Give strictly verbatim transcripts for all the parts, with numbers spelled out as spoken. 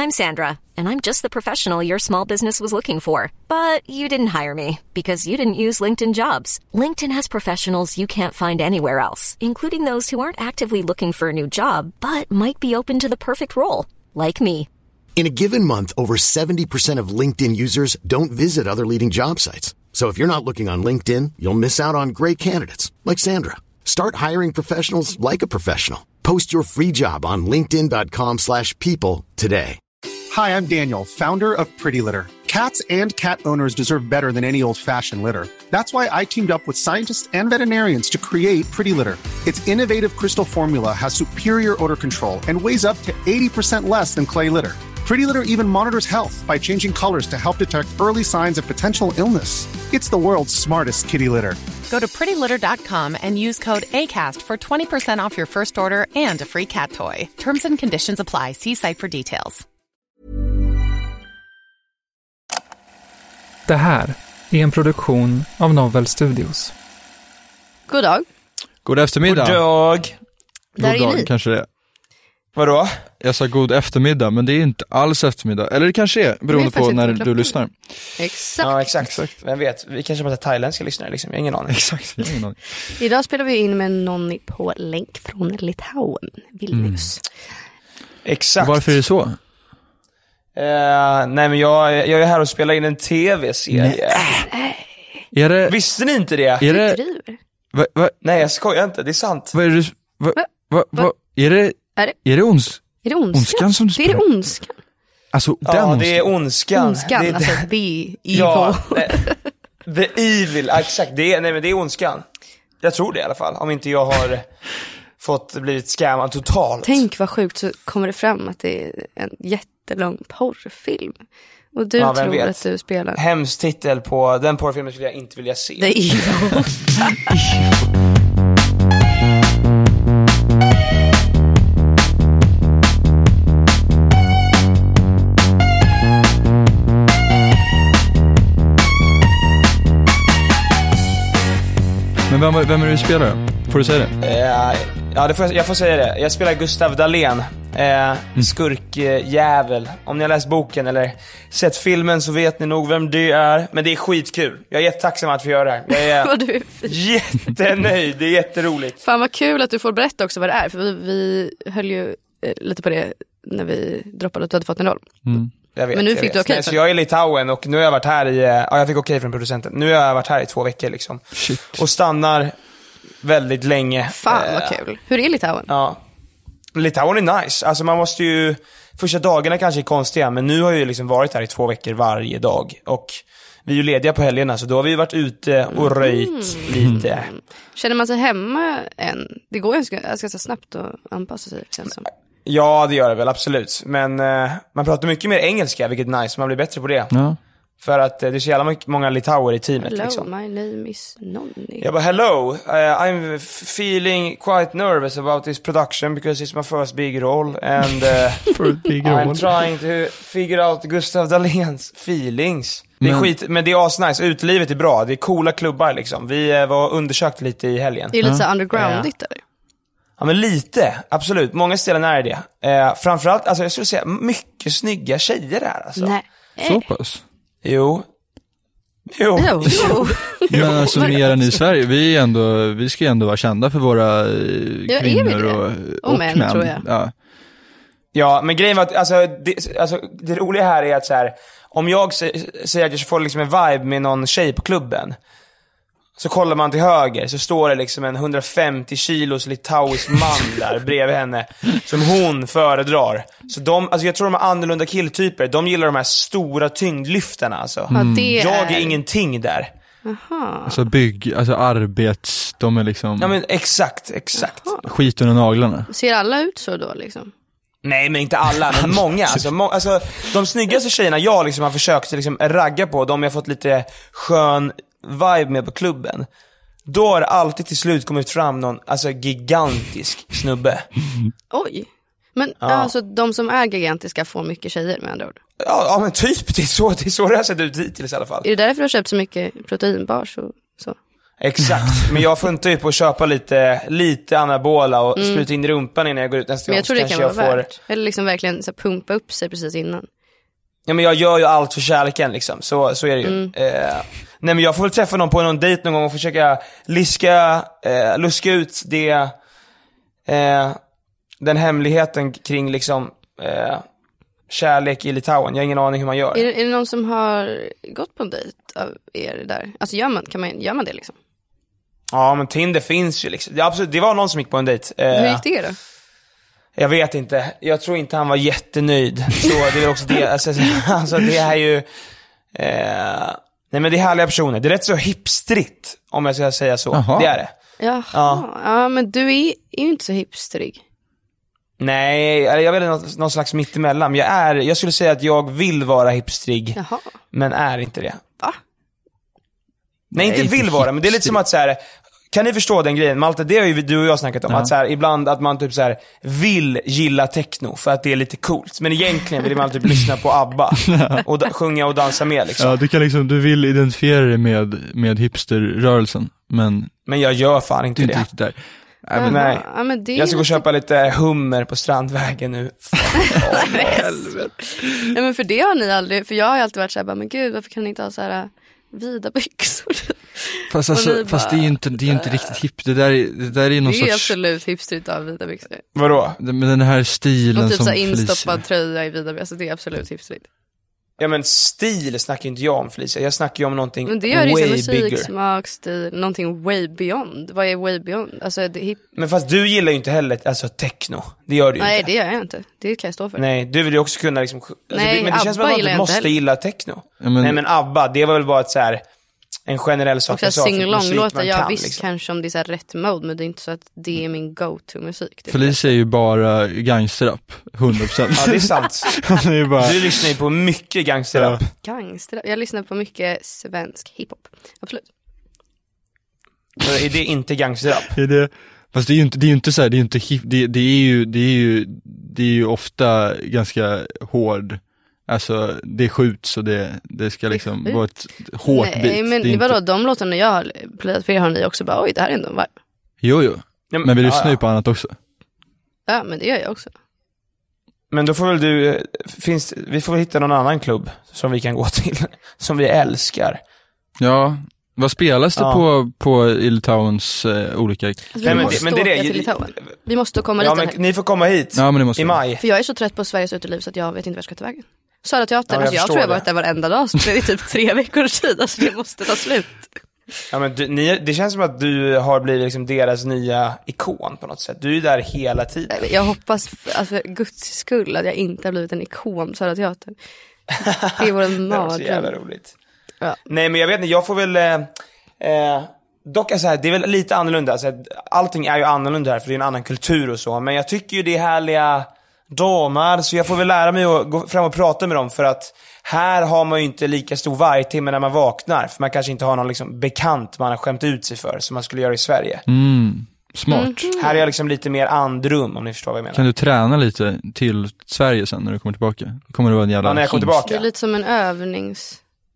I'm Sandra, and I'm just the professional your small business was looking for. But you didn't hire me because you didn't use LinkedIn Jobs. LinkedIn has professionals you can't find anywhere else, including those who aren't actively looking for a new job, but might be open to the perfect role, like me. In a given month, over seventy percent of LinkedIn users don't visit other leading job sites. So if you're not looking on LinkedIn, you'll miss out on great candidates, like Sandra. Start hiring professionals like a professional. Post your free job on linkedin dot com slash people today. Hi, I'm Daniel, founder of Pretty Litter. Cats and cat owners deserve better than any old-fashioned litter. That's why I teamed up with scientists and veterinarians to create Pretty Litter. Its innovative crystal formula has superior odor control and weighs up to eighty percent less than clay litter. Pretty Litter even monitors health by changing colors to help detect early signs of potential illness. It's the world's smartest kitty litter. Go to pretty litter dot com and use code ACAST for twenty percent off your first order and a free cat toy. Terms and conditions apply. See site for details. Det här är en produktion av Novel Studios. God dag. God eftermiddag. God dag. Där är God dag ni. kanske det är. Vadå? Jag sa god eftermiddag, men det är inte alls eftermiddag. Eller det kanske är, beroende Det är på när faktiskt du lyssnar. Exakt. Ja, exakt. Exakt. Vem vet, vi kanske bara thailändska lyssnare liksom, jag har ingen aning. Exakt, jag har ingen aning. Idag spelar vi in med någon på länk från Litauen, Vilnius. Exakt. Varför är det så? Uh, nej men jag, jag är här och spelar in en tv-serie. Är det... Visste ni inte det? Är det... Driver. Va, va, Nej, jag skojar inte, det är sant. vad är det... Va, va, va, va, är det... Är det, Är det ons... är det ondskan? Ondskan som du det är det spelar? ondskan. Alltså, den Ja, ondskan. det är ondskan. Ondskan, det är, alltså the evil. ja, nej, the evil, ja, exakt. Det är, nej men det är ondskan. Jag tror det i alla fall, om inte jag har fått blivit scammad totalt. Tänk vad sjukt, så kommer det fram att det är en jättelång porrfilm. Och du Ja, vem tror vet? att du spelar Hemskt titel på den porrfilmen skulle jag inte vilja se. the evil. Men vem, vem är det du spelar då? Får du säga det? Eh, ja, det får jag, jag får säga det. Jag spelar Gustav Dahlén, eh, Mm. skurkjävel. Om ni har läst boken eller sett filmen så vet ni nog vem det är. Men det är skitkul. Jag är jättetacksam att få göra det. Jag är Vad du är fin. jättenöjd. Det är jätteroligt. Fan vad kul att du får berätta också vad det är. För vi, vi höll ju eh, lite på det när vi droppade att du hade fått en roll. Mm. Jag vet, Men nu jag fick vet. du okej Nej, för- så jag är i Litauen och nu har jag varit här i... Ja, jag fick okej från producenten. Nu har jag varit här i två veckor liksom. Shit. Och stannar väldigt länge. Fan Eh, vad kul. Hur är Litauen? Ja. Litauen är nice. Alltså man måste ju... Första dagarna kanske är konstiga, men nu har jag ju liksom varit här i två veckor varje dag. Och vi är ju lediga på helgerna, så då har vi varit ute och röjt lite. Känner man sig hemma än? Det går ganska, ganska så snabbt att anpassa sig, känns som. Ja, det gör det väl, absolut. Men eh, man pratar mycket mer engelska, vilket är nice. Man blir bättre på det. Ja. För att eh, det är så jävla mycket- många litauer i teamet. Hello, liksom. my name is Nonni. Jag bara, hello, uh, I'm f- feeling quite nervous about this production because it's my first big role. And uh, För ett big I'm roll. trying to figure out Gustav Dahléns feelings. Det är Men- skit, men det är asnice. Utelivet är bra. Det är coola klubbar liksom. Vi eh, var undersökt lite i helgen. Det är lite så undergroundigt eller? Ja, men lite, absolut. Många ställen är det. Eh, framförallt, alltså jag skulle säga, mycket snygga tjejer här alltså. Nej. Så pass. Jo. Jo. Jo, jo. Men alltså mer än i Sverige, vi, är ändå, vi ska ju ändå vara kända för våra eh, Ja, är vi kvinnor det? och, Och män, tror jag. Ja. Ja, men grejen var att, alltså det, alltså, det roliga här är att så här, om jag sä- säger att jag får liksom en vibe med någon tjej på klubben, så kollar man till höger så står det liksom en hundrafemtio kilos litauisk man där bredvid henne som hon föredrar. Så de, alltså jag tror de är annorlunda killtyper. De gillar de här stora tyngdlyftarna alltså. Ja, det Jag är är... ingenting där. Aha. Alltså bygg, alltså arbets, de är liksom Ja men exakt, exakt. skiten och naglarna. Ser alla ut så då liksom? Nej, men inte alla, men många. Alltså, må- alltså, de snyggaste tjejerna jag liksom har försökt liksom ragga på, de jag fått lite skön vibe med på klubben, då har det alltid till slut kommit fram någon alltså gigantisk snubbe. Oj. Men Ja. alltså de som är gigantiska får mycket tjejer med andra ord. Ja, ja men typ, det är så det, är så det har sett ut hittills i alla fall. Är det därför du har köpt så mycket proteinbars och så? Exakt, men jag funtar ju på att köpa lite, lite anabola och mm. spruta in i rumpan innan jag går ut nästa gång. Men jag tror det kan vara får... värt. Eller liksom verkligen så här, pumpa upp sig precis innan. Ja, men jag gör ju allt för kärleken liksom, så, så är det ju. Mm. Eh, nej men jag får väl träffa någon på någon dejt någon gång och försöka liska, eh, luska ut det, eh, den hemligheten kring liksom eh, kärlek i Litauen. Jag har ingen aning hur man gör. Är det, är det någon som har gått på en dejt av er där? Alltså gör man, kan man, gör man det liksom? Ja, men Tinder finns ju liksom. Det, absolut, det var någon som gick på en dejt. Eh, hur gick det då? Jag vet inte. Jag tror inte han var jättenöjd. Så det är också det. Alltså, alltså det är ju... Eh, nej men det är härliga personer. Det är rätt så hipstrigt, om jag ska säga så. Aha. Det är det. Jaha. Ja. Ja, men du är, är ju inte så hipstrig. Nej, jag vet inte, någon slags mittemellan. Jag, är, jag skulle säga att jag vill vara hipstrig. Jaha. Men är inte det. Va? Nej, inte vill vara. Men det är lite som att så här... Kan ni förstå den grejen? Malte, det har ju du och jag snackat om. Ja. Att så här, ibland att man typ så här vill gilla techno för att det är lite coolt. Men egentligen vill man typ lyssna på ABBA och da- sjunga och dansa med liksom. Ja, du kan liksom, du vill identifiera dig med, med hipsterrörelsen. Men, men jag gör fan inte det. Inte där. Nej, men nej. Ja, men det jag ska gå och köpa lite hummer på Strandvägen nu. Fan, helvete. Ja, men för det har ni aldrig. För jag har alltid varit så här, men gud, varför kan ni inte ha så här vida byxor? Fast, alltså, fast bara, det är ju inte, det är inte riktigt hip. Det där, det där är någon det är sorts... absolut hipstrigt av vida byxor. Vadå? Med den här stilen och typ som så instoppad tröja i vida byxor. Alltså det är absolut hipstrigt. Ja, men stil snackar inte jag om, Felicia. Jag snackar ju om någonting men det gör way musik, bigger. Musik, smak, stil, någonting way beyond. Vad är way beyond? Alltså, det hip... Men fast du gillar ju inte heller alltså, techno. Det gör du ju Nej, inte. Nej, det gör jag inte. Det kan jag stå för. Nej, du vill ju också kunna liksom... Alltså, Nej, men det känns som att man måste gilla techno. Ja, men... Nej, men ABBA, det var väl bara ett så här... en generell sak jag sa för musik man kan. Ja, visst liksom. Kanske om det är så här rätt mode, men det är inte så att det är min go-to-musik. Felicia är ju bara gangsterrap, hundra procent. Ja, det är sant. är bara... Du lyssnar ju på mycket gangsterrap. Ja. Gangsterrap? Jag lyssnar på mycket svensk hiphop. Absolut. Så är det inte gangsterrap? Är det... Fast det är ju inte, det är ju inte så här, det är ju inte hip, det, det är ju, det är ju, det är ju ofta ganska hård. Alltså det skjuts och det, det ska liksom det vara ett hårt Nej, beat. Men det vadå, inte... de låtarna jag har plöjat för er har ni också bara, oj det här är ändå en vibe. Jo jo, ja, men, men vi lyssnar ju ja, ja. på annat också. Ja men det gör jag också. Men då får väl du, finns, vi får väl hitta någon annan klubb som vi kan gå till, som vi älskar. Ja, vad spelas det ja. på, på Litauens uh, olika alltså, vi måste men det, men det är det. Till Litauen. Vi måste komma ja, dit. Men ni får komma hit ja, men det måste i maj. För jag är så trött på Sveriges uteliv så att jag vet inte vad jag ska ta vägen. Södra teatern, ja, jag, alltså, jag tror jag har varit där varenda dag. Så det är typ tre veckors tid, alltså det måste ta slut. Ja, men du, ni, det känns som att du har blivit liksom deras nya ikon på något sätt. Du är där hela tiden. Jag hoppas för, alltså, för guds skull att jag inte har blivit en ikon på Södra teatern. Det är vår mardröm. Det var så jävla roligt. Ja. Nej, men jag vet inte, jag får väl... Eh, eh, dock alltså, det är väl lite annorlunda. Alltså, allting är ju annorlunda här för det är en annan kultur och så. Men jag tycker ju det är härliga... damer, så jag får väl lära mig att gå fram och prata med dem för att här har man ju inte lika stor varje timme när man vaknar för man kanske inte har någon liksom bekant man har skämt ut sig för som man skulle göra i Sverige. Mm, smart. Mm-hmm. Här är jag liksom lite mer andrum om ni förstår vad jag menar. Kan du träna lite till Sverige sen när du kommer tillbaka? Kommer det vara en jävla ja, när jag kommer tillbaka. Det är lite som en övningsgrej.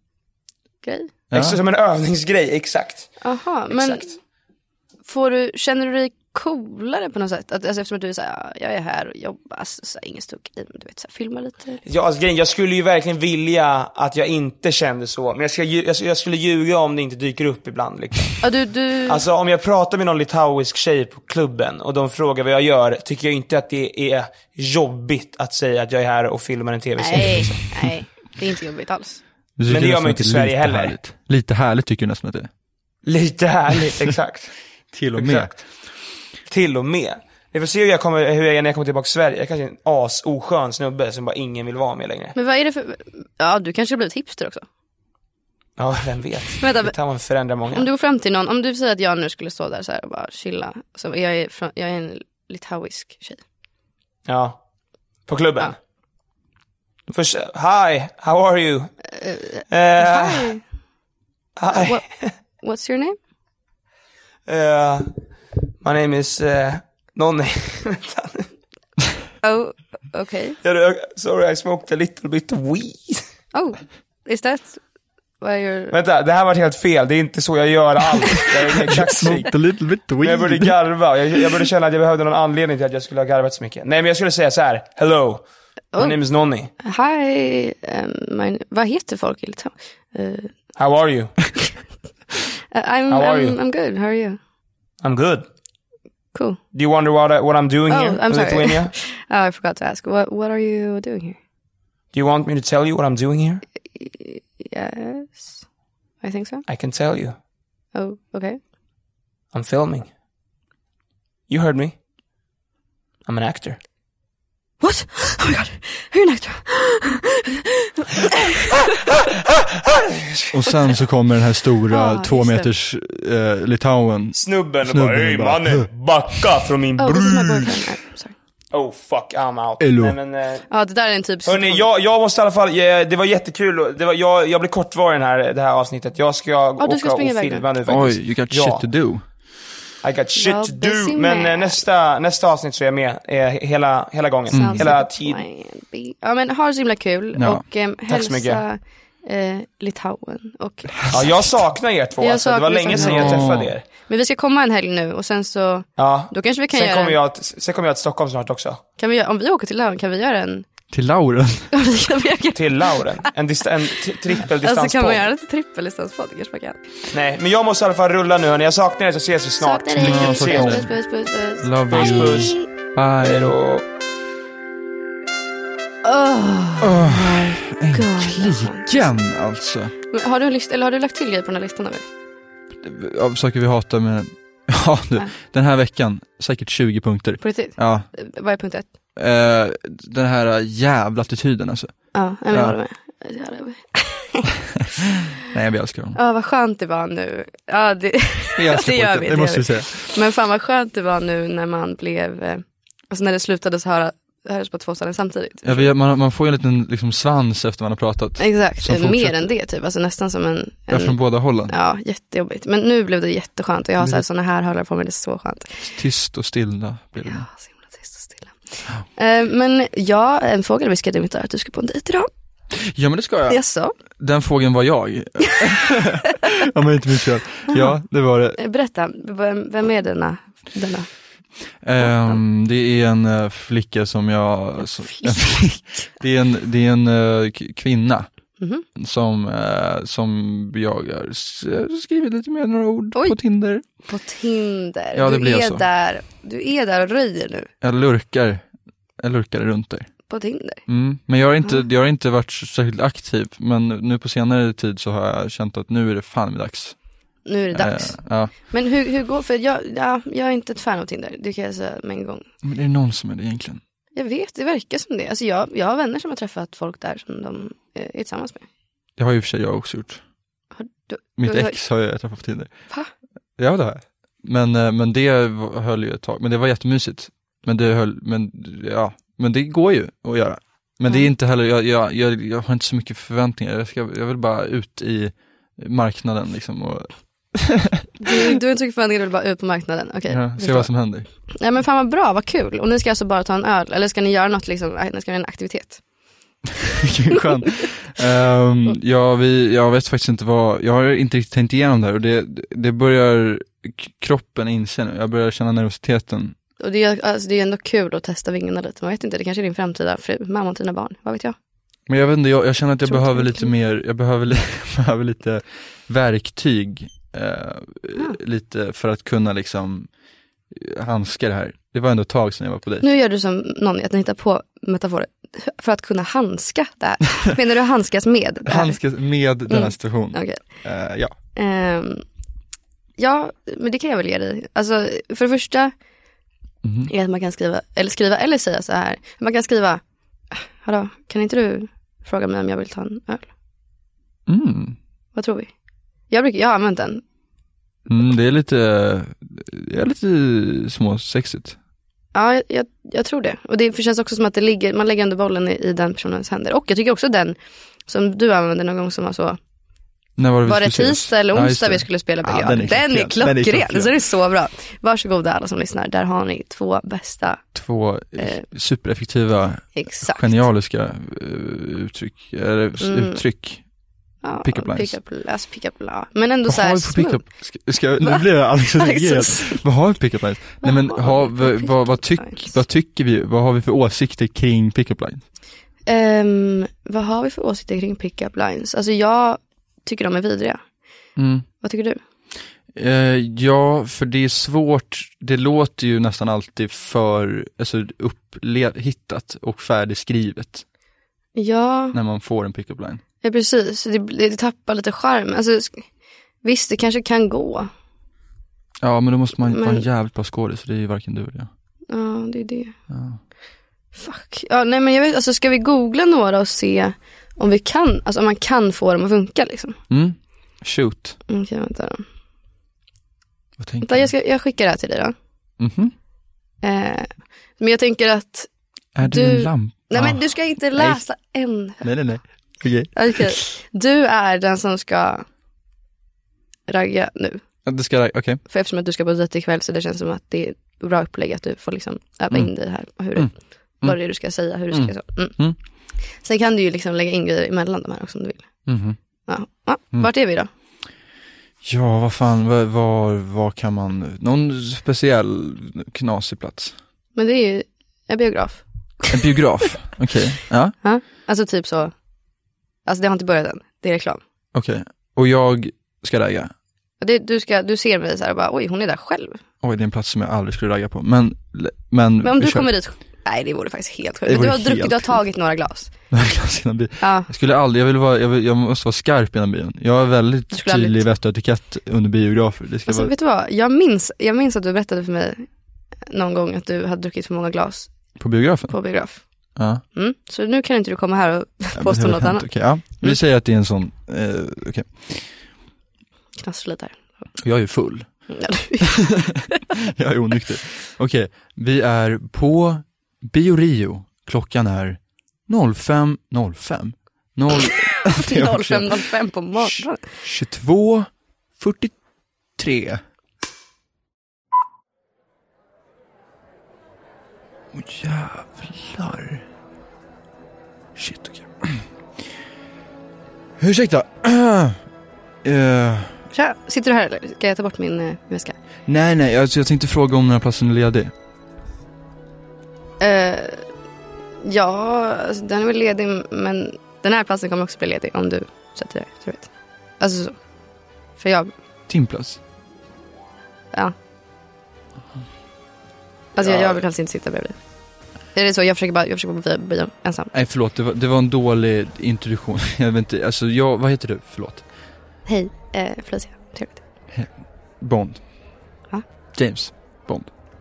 Ja. Exakt, som en övningsgrej, exakt. Aha, men exakt. Får du, känner du dig coolare på något sätt? Att, alltså, eftersom att du är så här, jag är här och jobbar, så, så här, ingen stuck i, men du vet, så här, filma lite. Ja, alltså, jag skulle ju verkligen vilja att jag inte kände så. Men jag, ska, jag, jag skulle ljuga om det inte dyker upp ibland. Liksom. Ja, du, du... Alltså om jag pratar med någon litauisk tjej på klubben och de frågar vad jag gör, tycker jag inte att det är jobbigt att säga att jag är här och filmar en tv-serie. Nej, liksom. nej, det är inte jobbigt alls. Men det gör man inte i Sverige heller. Härligt. Lite härligt tycker jag nästan att det är. Lite härligt, exakt. Till och med. Exakt. Till och med. Vi får se hur jag, kommer, hur jag är när jag kommer tillbaka till Sverige. Jag är kanske en as oskön snubbe som bara ingen vill vara med längre. Men vad är det för... Ja, du kanske har blivit hipster också. Ja, vem vet. Vänta, det tar man förändra många. Om du går fram till någon, om du säger att jag nu skulle stå där så här och bara chilla. Så jag är, från, jag är en litauisk tjej. Ja, på klubben. Ja. Först, hi, how are you? Uh, uh, hi. Hi. What, what's your name? Uh, my name is uh, Nonny. Oh, okay. Sorry, I smoked a little bit of weed. Oh, is that Vad är your... Vänta, det här var helt fel. Det är inte så jag gör allt. Jag är kaxig. A little bit weird. Jag började garva. Jag, jag började känna att jag behövde någon anledning till att jag skulle ha garvat så mycket. Nej, men jag skulle säga så här. Hello. My Oh. name is Nonni. Hi, um, my, vad heter folk i Litauen? Uh, How are you? I'm, How are I'm, you? I'm good, how are you? I'm good. Cool. Do you wonder what, I, what I'm doing Oh, here I'm in sorry. Lithuania? Oh, I forgot to ask. What What are you doing here? Do you want me to tell you what I'm doing here? Yes, I think so. I can tell you. Oh, okay. I'm filming. You heard me. I'm an actor. What? Oh my god, you're an actor. Och sen så kommer den här stora Ah, två just det. meters eh, Litauen. Snubben och Snubben bara, hej bara, mannen, backa från min Oh, this is my brud. boyfriend. Oh, sorry. Oh fuck, I'm out. Hello. Nej, men, eh, Ja, det där är en typ... hörni, jag, jag måste i alla fall, eh, det var jättekul. och Det var, jag, jag blir kortvarig i den här, det här avsnittet. Jag ska Ja, du åka ska springa och iväg filma nu. nu faktiskt. Oj, you got Ja. shit to do. I got shit Well, to busy do. Men eh, man. nästa, nästa avsnitt så är jag med eh, hela, hela gången. Sounds Hela like a tiden. plan B. Ja, men ha det så himla kul. Ja. Och eh, Tack så mycket. hälsa eh, Litauen. Och, Ja, jag saknar er två. Jag Alltså. Det var saknar länge er. sedan jag Ja. träffade er. men vi ska komma en helg nu och sen så... Ja. Då kanske vi kan Sen göra... kommer, jag, att- sen kommer jag till Stockholm snart också. Kan vi, göra- om vi åker till Litauen kan vi göra en... Till Lauren. kan vi göra... Till Lauren. En, dist- en t- trippeldistanspodd. Alltså kan man göra ett trippeldistanspodd? Det kanske man kan. Nej, men jag måste i alla fall rulla nu. När jag saknar er så ses vi snart. Saknar dig. Ja, Puss, saknar dig. puss, puss, puss, puss. Love Puss, you. puss. Bye. Hejdå. Oh. Äntligen alltså. Men Har du, en list, eller har du lagt till grejer på den här listan? Eller? Av saker vi hatar med... Ja, du, Ja. den här veckan, säkert tjugo punkter. På riktigt? Ja, Vad är punkt ett? eh, den här jävla attityden alltså. Ja, men Ja. jag håller med. Jag håller med. Nej, jag älskar dem. Ja, vad skönt det var nu. Ja, det, Jag älskar det gör pojkar, vi. det det måste gör vi säga. Men fan vad skönt det var nu när man blev... eh, Alltså när det slutade så höra, hördes på två ställen samtidigt. Ja, vi, man, man får ju en liten liksom, svans efter man har pratat. Exakt, Som mer fortsätter. än det typ. Alltså nästan som en... Ja, en från båda hållen. ja, jättejobbigt. Men nu blev det jätteskönt. Och jag har Men så här, det- såna här hörlar på mig, det är så skönt. Tyst och stilla blir det. Ja, så himla tyst och stilla. Eh, men ja, en fågel viskade mitt öra att du ska på en dejt idag. Ja, men det ska jag. Jaså? Den fågeln var jag. Om jag inte minns fel. Ja, det var det. Eh, Berätta, vem, vem är denna? denna? Ehm, det är en uh, flicka som jag... Som, en flick, det är en, det är en uh, k- kvinna. Mhm. Som, uh, som jag har s- skrivit lite med några ord Oj. på Tinder. På Tinder. Ja, det du, blir jag är så. där, du är där och röjer nu. Jag lurkar. Jag lurkar runt där. På Tinder. Mm. Men jag har, inte, jag har inte varit särskilt aktiv. Men nu på senare tid så har jag känt att nu är det fan med dags. Nu är det dags. Eh, ja. Men hur, hur går, för jag, ja, jag är inte ett fan av Tinder, det kan jag säga med en gång. Men är det någon som är det egentligen? Jag vet, det verkar som det. Alltså jag, jag har vänner som har träffat folk där som de eh, är tillsammans med. Det har ju i och för sig jag också gjort. Har du, Mitt du, ex har jag träffat på Tinder. Va? Ja, det har jag. Men, eh, men det var- höll ju ett tag. Men det var jättemysigt. Men det höll, men ja, men det går ju att göra. Men det är Ja. inte heller, jag, jag, jag, jag har inte så mycket förväntningar. Jag, ska, jag vill bara ut i marknaden liksom och Du, du har inte så mycket förväntningar, du vill bara ut på marknaden. Okej, ja, se förstår. vad som händer. Ja men fan vad bra, vad kul. Och ni ska alltså bara ta en öl, eller ska ni göra något liksom, nej, ska ni göra en aktivitet? Vilken skön. um, ja, vi, jag vet faktiskt inte vad, jag har inte riktigt tänkt igenom det här och det, det börjar k- kroppen inse nu. Jag börjar känna nervositeten. Och det är, alltså, det är ändå kul att testa vingarna lite. Man vet inte, det kanske är din framtida fru, mamma och dina barn, vad vet jag? Men jag vet inte, jag, jag känner att jag Tror behöver inte lite det. mer, jag behöver, li- behöver lite verktyg eh, lite för att kunna liksom handska det här. Det var ändå ett tag sedan jag var på dig. Nu gör du som någon, att ni hittar på metaforer för att kunna handska det här. Menar du handskas med det här? Handskas med den här Mm. situationen. Okej. Eh, ja. Ehm, ja, men det kan jag väl ge dig. Alltså, för det första Mhm. är att man kan skriva, eller skriva, eller säga så här. Man kan skriva, hallå, kan inte du fråga mig om jag vill ta en öl? Mm. Vad tror vi? Jag brukar, jag har använt den. Mm, det är lite, det är lite småsexigt. Ja, jag, jag, jag tror det. Och det känns också som att det ligger, man lägger under bollen i, i den personens händer. Och jag tycker också den som du använde någon gång som var så, När var det vi var det skulle ses? tisdag eller Ja, just onsdag det. vi skulle spela biljard? Ja, den är den är klockren. Den är klockren, klockren. så det är så bra. Varsågoda alla som lyssnar, där har ni två bästa, Två Eh. supereffektiva, exakt. genialiska uh, uttryck, eller, Mm. uttryck. Ja, pick-up lines. Pick-up, alltså pick-up, ja. Men ändå vad så här har vi för pick-up? Ska, ska, nu blir jag Alex reagerad. Vad har vi för pick-up lines? Nej men ha, vad, vad, vad, tyck, vad tycker vi, vad har vi för åsikter kring pick-up lines? Um, vad har vi för åsikter kring pick-up lines? Alltså jag tycker de är vidriga. Mm. Vad tycker du? Uh, ja, för det är svårt. Det låter ju nästan alltid för alltså, upphittat och färdigskrivet. Ja. När man får en pick-up line. Ja, precis. Det, det tappar lite charm. Alltså, visst, det kanske kan gå. Ja, men då måste man men... vara en jävligt bra skådis, så det är ju varken du eller jag. Ja, det är det. Ja. Fuck. Ja, nej men jag vet, alltså ska vi googla några och se om vi kan, alltså om man kan få dem att funka liksom. Mm. Shoot. Okej, okay, vänta då. Vad tänker vänta, jag, ska, jag skickar det här till dig då. Mhm. Eh, men jag tänker att är du... du en lampa? Nej, men du ska inte läsa nej. än. Nej, nej, nej. Okej. Okay. Okay. Du är den som ska ragga nu. Du ska ragga, okej. Okay. För eftersom att du ska på dejt ikväll så det känns som att det är bra upplägg att du får liksom öva mm. in dig här. Hur det, mm. vad det är du ska säga, hur du ska mm. säga så. Mm. Mm. Sen kan du ju liksom lägga in grejer emellan de här också om du vill. Mm. Ja. Ja. Mm. Vart är vi då? Ja, vad fan, var, var, var kan man, någon speciell knasig plats? Men det är ju en biograf. En biograf, okej. Okay. Ja. Ja, alltså typ så, alltså det har inte börjat än, det är reklam. Okej, okay. Och jag ska ragga? Det, du, ska, du ser mig så här och bara, oj hon är där själv. Oj, det är en plats som jag aldrig skulle ragga på, men... Men, men om du kommer dit, nej det vore faktiskt helt sjukt. Men du har druckit, du har tagit några glas. Några glas innan bion. Ja. Jag skulle aldrig, jag vill vara, jag, vill, jag måste vara skarp innan bion. Jag är väldigt tydlig aldrig... vett och etikett under biografer. Det ska alltså, vara... vet du vad, jag minns, jag minns att du berättade för mig någon gång att du hade druckit för många glas. På biografen? På biograf. Ja. Mm. Så nu kan inte du komma här och ja, påstå något annat. Okay, ja. Vi mm. säger att det är en sån, eh, okej. Okay. Knassar lite här. Jag är ju full. Jag är onykter. Okej, okay. Vi är på Bio Rio. Klockan är fem noll fem. fem noll fem på morgonen. tjugotvå fyrtiotre. Åh oh, jävlar. Shit, okej. Okay. Ursäkta. uh. Tja, sitter du här eller? Ska jag ta bort min uh, väska? Nej, nej, alltså, jag tänkte fråga om den här platsen är ledig. Uh, ja, alltså, den är väl ledig, men den här platsen kommer också bli ledig om du sätter dig, tror jag. Alltså så. För jag... Din plats? Ja. Alltså ja. jag, jag vill helst inte sitta bredvid. Är det så? Jag försöker bara, jag försöker bara bli bio ensam. Nej, förlåt, det var, det var en dålig introduktion. Jag vet inte, alltså jag, vad heter du? Förlåt. Hej, eh, Felicia. Trevligt. He- Bond. Va? James Bond.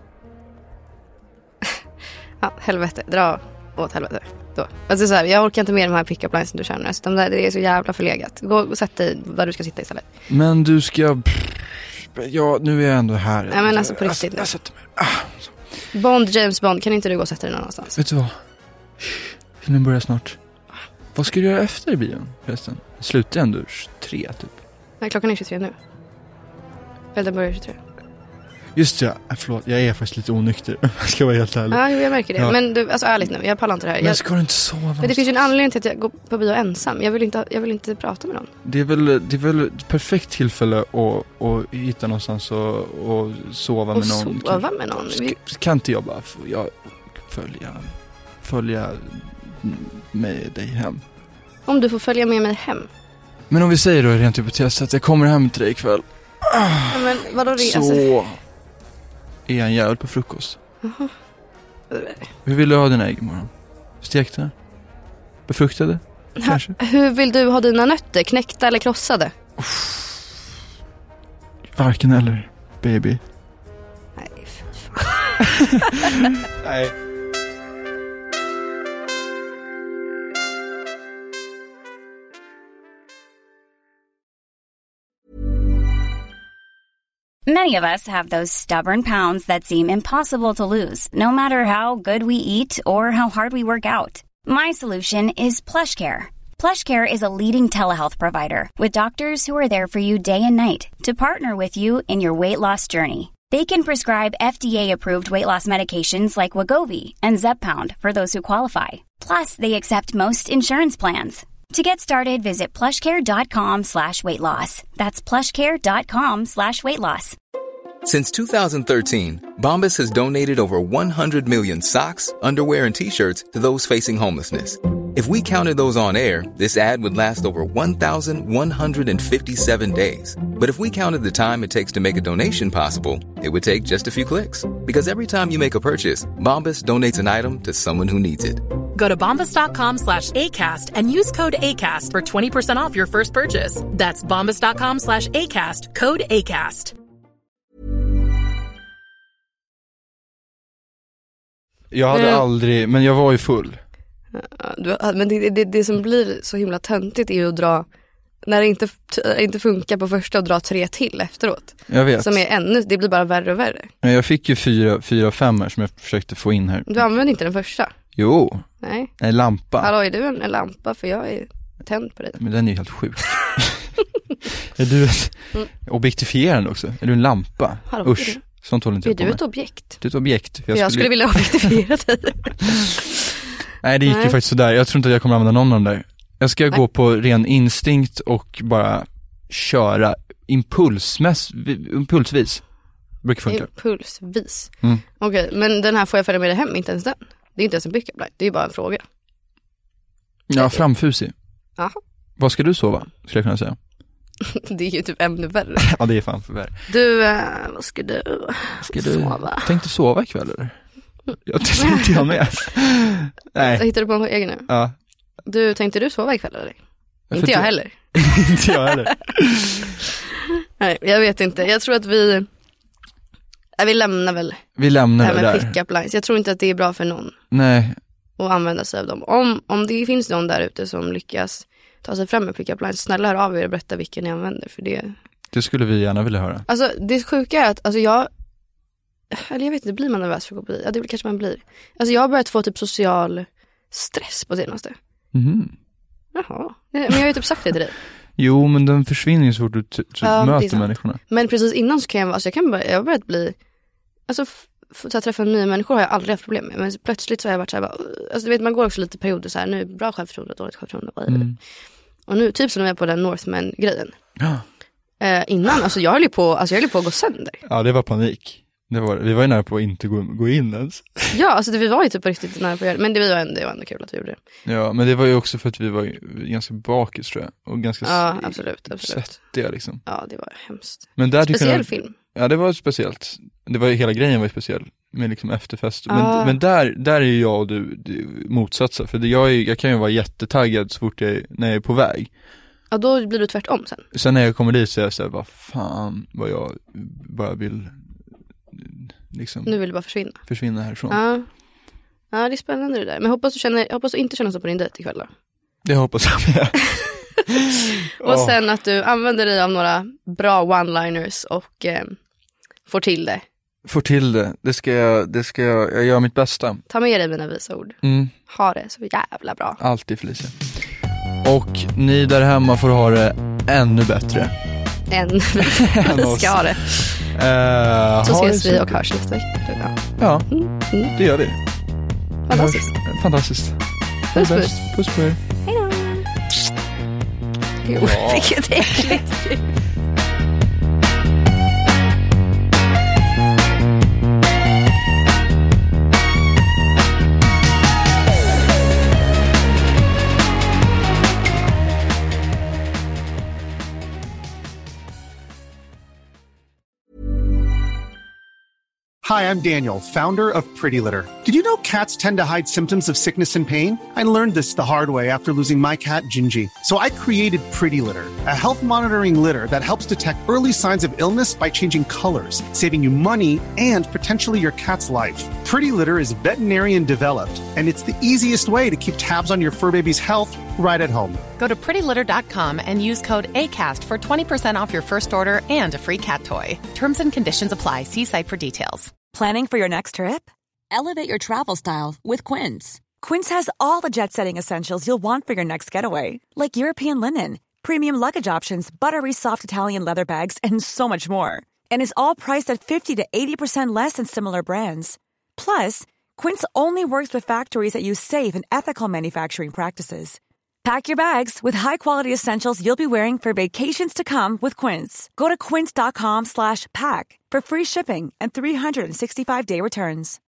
Ja, helvete. Dra åt helvete. Då. Alltså så här, jag orkar inte med de här pick-up lines som du känner. Så de där, det är så jävla förlegat. Gå och sätt dig där du ska sitta istället. Men du ska... Ja, nu är jag ändå här. Nej, men alltså på riktigt nu. Jag sätter mig. Ah, Bond, James Bond, kan inte du gå och sätta dig någon annanstans? Vet du vad? Filmen börjar snart. Vad ska du göra efter i bion förresten? Slutar ändå tre typ. Nej, klockan är tjugotre nu. Eller den börjar tjugotre. Just det, förlåt, jag är faktiskt lite onykter. Jag ska vara helt ärlig. Ja, jag märker det. Ja. Men du, alltså ärligt nu, jag pallar inte det här. Men jag... ska du inte sova? Men det finns ju en anledning till att jag går på bio ensam. Jag vill inte, jag vill inte prata med någon. Det är väl, det är väl ett perfekt tillfälle att, att hitta någonstans och, och sova och med någon. Och sova med någon? Ska, kan inte jag bara jag, följa, följa med dig hem? Om du får följa med mig hem? Men om vi säger då rent hypotetiskt att jag kommer hem till dig ikväll. Ja, men vadå det? Så... Alltså... är jag en jävel på frukost. Uh-huh. Hur vill du ha dina ägg imorgon? Stekta? Befruktade? Kanske? Ha, hur vill du ha dina nötter? Knäckta eller krossade? Uff. Varken eller, baby. Nej, fy fan. Nej. Many of us have those stubborn pounds that seem impossible to lose, no matter how good we eat or how hard we work out. My solution is PlushCare. PlushCare is a leading telehealth provider with doctors who are there for you day and night to partner with you in your weight loss journey. They can prescribe F D A-approved weight loss medications like Wegovy and Zepbound for those who qualify. Plus, they accept most insurance plans. To get started, visit plushcare.com slash weight loss. That's plushcare.com slash weight loss. Since two thousand thirteen, Bombas has donated over one hundred million socks, underwear, and T-shirts to those facing homelessness. If we counted those on air, this ad would last over one thousand one hundred fifty-seven days. But if we counted the time it takes to make a donation possible, it would take just a few clicks. Because every time you make a purchase, Bombas donates an item to someone who needs it. Go to bombas.com slash ACAST and use code ACAST for twenty percent off your first purchase. That's bombas.com slash ACAST, code ACAST. Jag hade mm. aldrig, men jag var ju full. Du, men det, det, det som blir så himla töntigt är ju att dra, när det inte, inte funkar på första, och dra tre till efteråt. Jag vet. Som är ännu, det blir bara värre och värre. Jag fick ju fyra, fyra femmor som jag försökte få in här. Du använde inte den första? Jo. Nej. En lampa. Hallå, är du en, en lampa? För jag är tänd på dig. Men den är ju helt sjuk. Är du ett mm. objektifierande också? Är du en lampa? Hallå, usch. Sånt håller inte är jag på du med. ett objekt? Du är ett objekt. Jag, jag skulle... skulle vilja objektifiera dig. Nej, det gick Nej. ju faktiskt sådär. Jag tror inte att jag kommer använda någon av dem där. Jag ska Nej. gå på ren instinkt och bara köra impulsmäss, impulsvis. Det brukar funka. Impulsvis. Mm. Okej, okay, men den här får jag följa med dig hem, inte ens den. Det är inte ens en pick-up line, det är bara en fråga. Ja, framfusig. Jaha. Vad ska du sova, skulle jag kunna säga. Det är ju typ ännu värre. Ja, det är fan för värre. Du, äh, vad ska du ska sova? Du tänkte sova ikväll eller? Jag tänkte jag med. Nej. Hittar du på en egen nu? Ja. Du, tänkte du sova ikväll eller? Jag inte jag du... heller. Inte jag heller. Nej, jag vet inte. Jag tror att vi... Ja, vi lämnar väl Vi lämnar det där. Pick-up lines. Jag tror inte att det är bra för någon. Nej. Att använda sig av dem. Om, om det finns någon där ute som lyckas ta sig fram med pick-up lines, snälla hör av er och berätta vilken ni använder. För det... det skulle vi gärna vilja höra. Alltså, det sjuka är att alltså jag... Eller jag vet inte, blir man nervös för att gå på? Ja, det kanske man blir. Alltså jag har börjat få typ social stress på senaste. Mhm. Jaha. Men jag har ju typ sagt det till dig. Jo, men den försvinner ju så fort du t- t- ja, möter människorna. Men precis innan så kan jag vara, alltså jag kan bara, jag har börjat bli, alltså f- f- att träffa nya människor har jag aldrig haft problem med. Men plötsligt så har jag varit så här, bara, alltså du vet man går också lite perioder så här, nu bra självförtroende, dåligt självförtroende. Mm. Och nu, typ som när jag är på den Northman-grejen. Ja. Eh, innan, alltså jag höll ju på, alltså jag höll ju på att gå sönder. Ja, det var panik. Det var, vi var ju nära på att inte gå, gå in ens. Ja, alltså det, vi var ju typ riktigt nära på att göra det. Men det var, ändå, det var ändå kul att vi gjorde det. Ja, men det var ju också för att vi var ganska bakis tror jag. Och ganska ja, absolut, absolut. svettiga liksom. Ja, det var hemskt. Men där speciell jag, film. Ja, det var speciellt. Det var ju, hela grejen var ju speciell. Med liksom efterfest. Men, ah. men där, där är ju jag och du, du motsatser. För det, jag, är, jag kan ju vara jättetaggad så fort jag, när jag är på väg. Ja, då blir du tvärtom sen. Sen när jag kommer dit så är jag så här, vad fan, vad jag bara vill... Liksom nu vill du bara försvinna. Försvinna härifrån. Ja. Ja, det är spännande det där. Men hoppas du känner, hoppas du inte känner så på din dejt ikväll då. Det hoppas jag med. Och oh. sen att du använder dig av några bra one-liners och eh, får till det. Får till det. Det ska jag, det ska jag, jag gör mitt bästa. Ta med dig mina visa ord. Mm. Ha det så jävla bra. Alltid, Felicia. Och ni där hemma får ha det ännu bättre. Än vi ska ha det. Uh, så ses vi och hörs nästa vecka. Ja, ja mm. Mm. det gör vi. Fantastiskt. Hörs, fantastiskt. Puss, puss. Puss på er. Hej då. Jo, vilket äckligt. Hi, I'm Daniel, founder of Pretty Litter. Did you know cats tend to hide symptoms of sickness and pain? I learned this the hard way after losing my cat, Gingy. So I created Pretty Litter, a health monitoring litter that helps detect early signs of illness by changing colors, saving you money and potentially your cat's life. Pretty Litter is veterinarian developed, and it's the easiest way to keep tabs on your fur baby's health right at home. Go to pretty litter dot com and use code ACAST for twenty percent off your first order and a free cat toy. Terms and conditions apply. See site for details. Planning for your next trip? Elevate your travel style with Quince. Quince has all the jet-setting essentials you'll want for your next getaway, like European linen, premium luggage options, buttery soft Italian leather bags, and so much more. And is all priced at fifty to eighty percent less than similar brands. Plus, Quince only works with factories that use safe and ethical manufacturing practices. Pack your bags with high-quality essentials you'll be wearing for vacations to come with Quince. Go to quince.com slash pack for free shipping and three sixty-five day returns.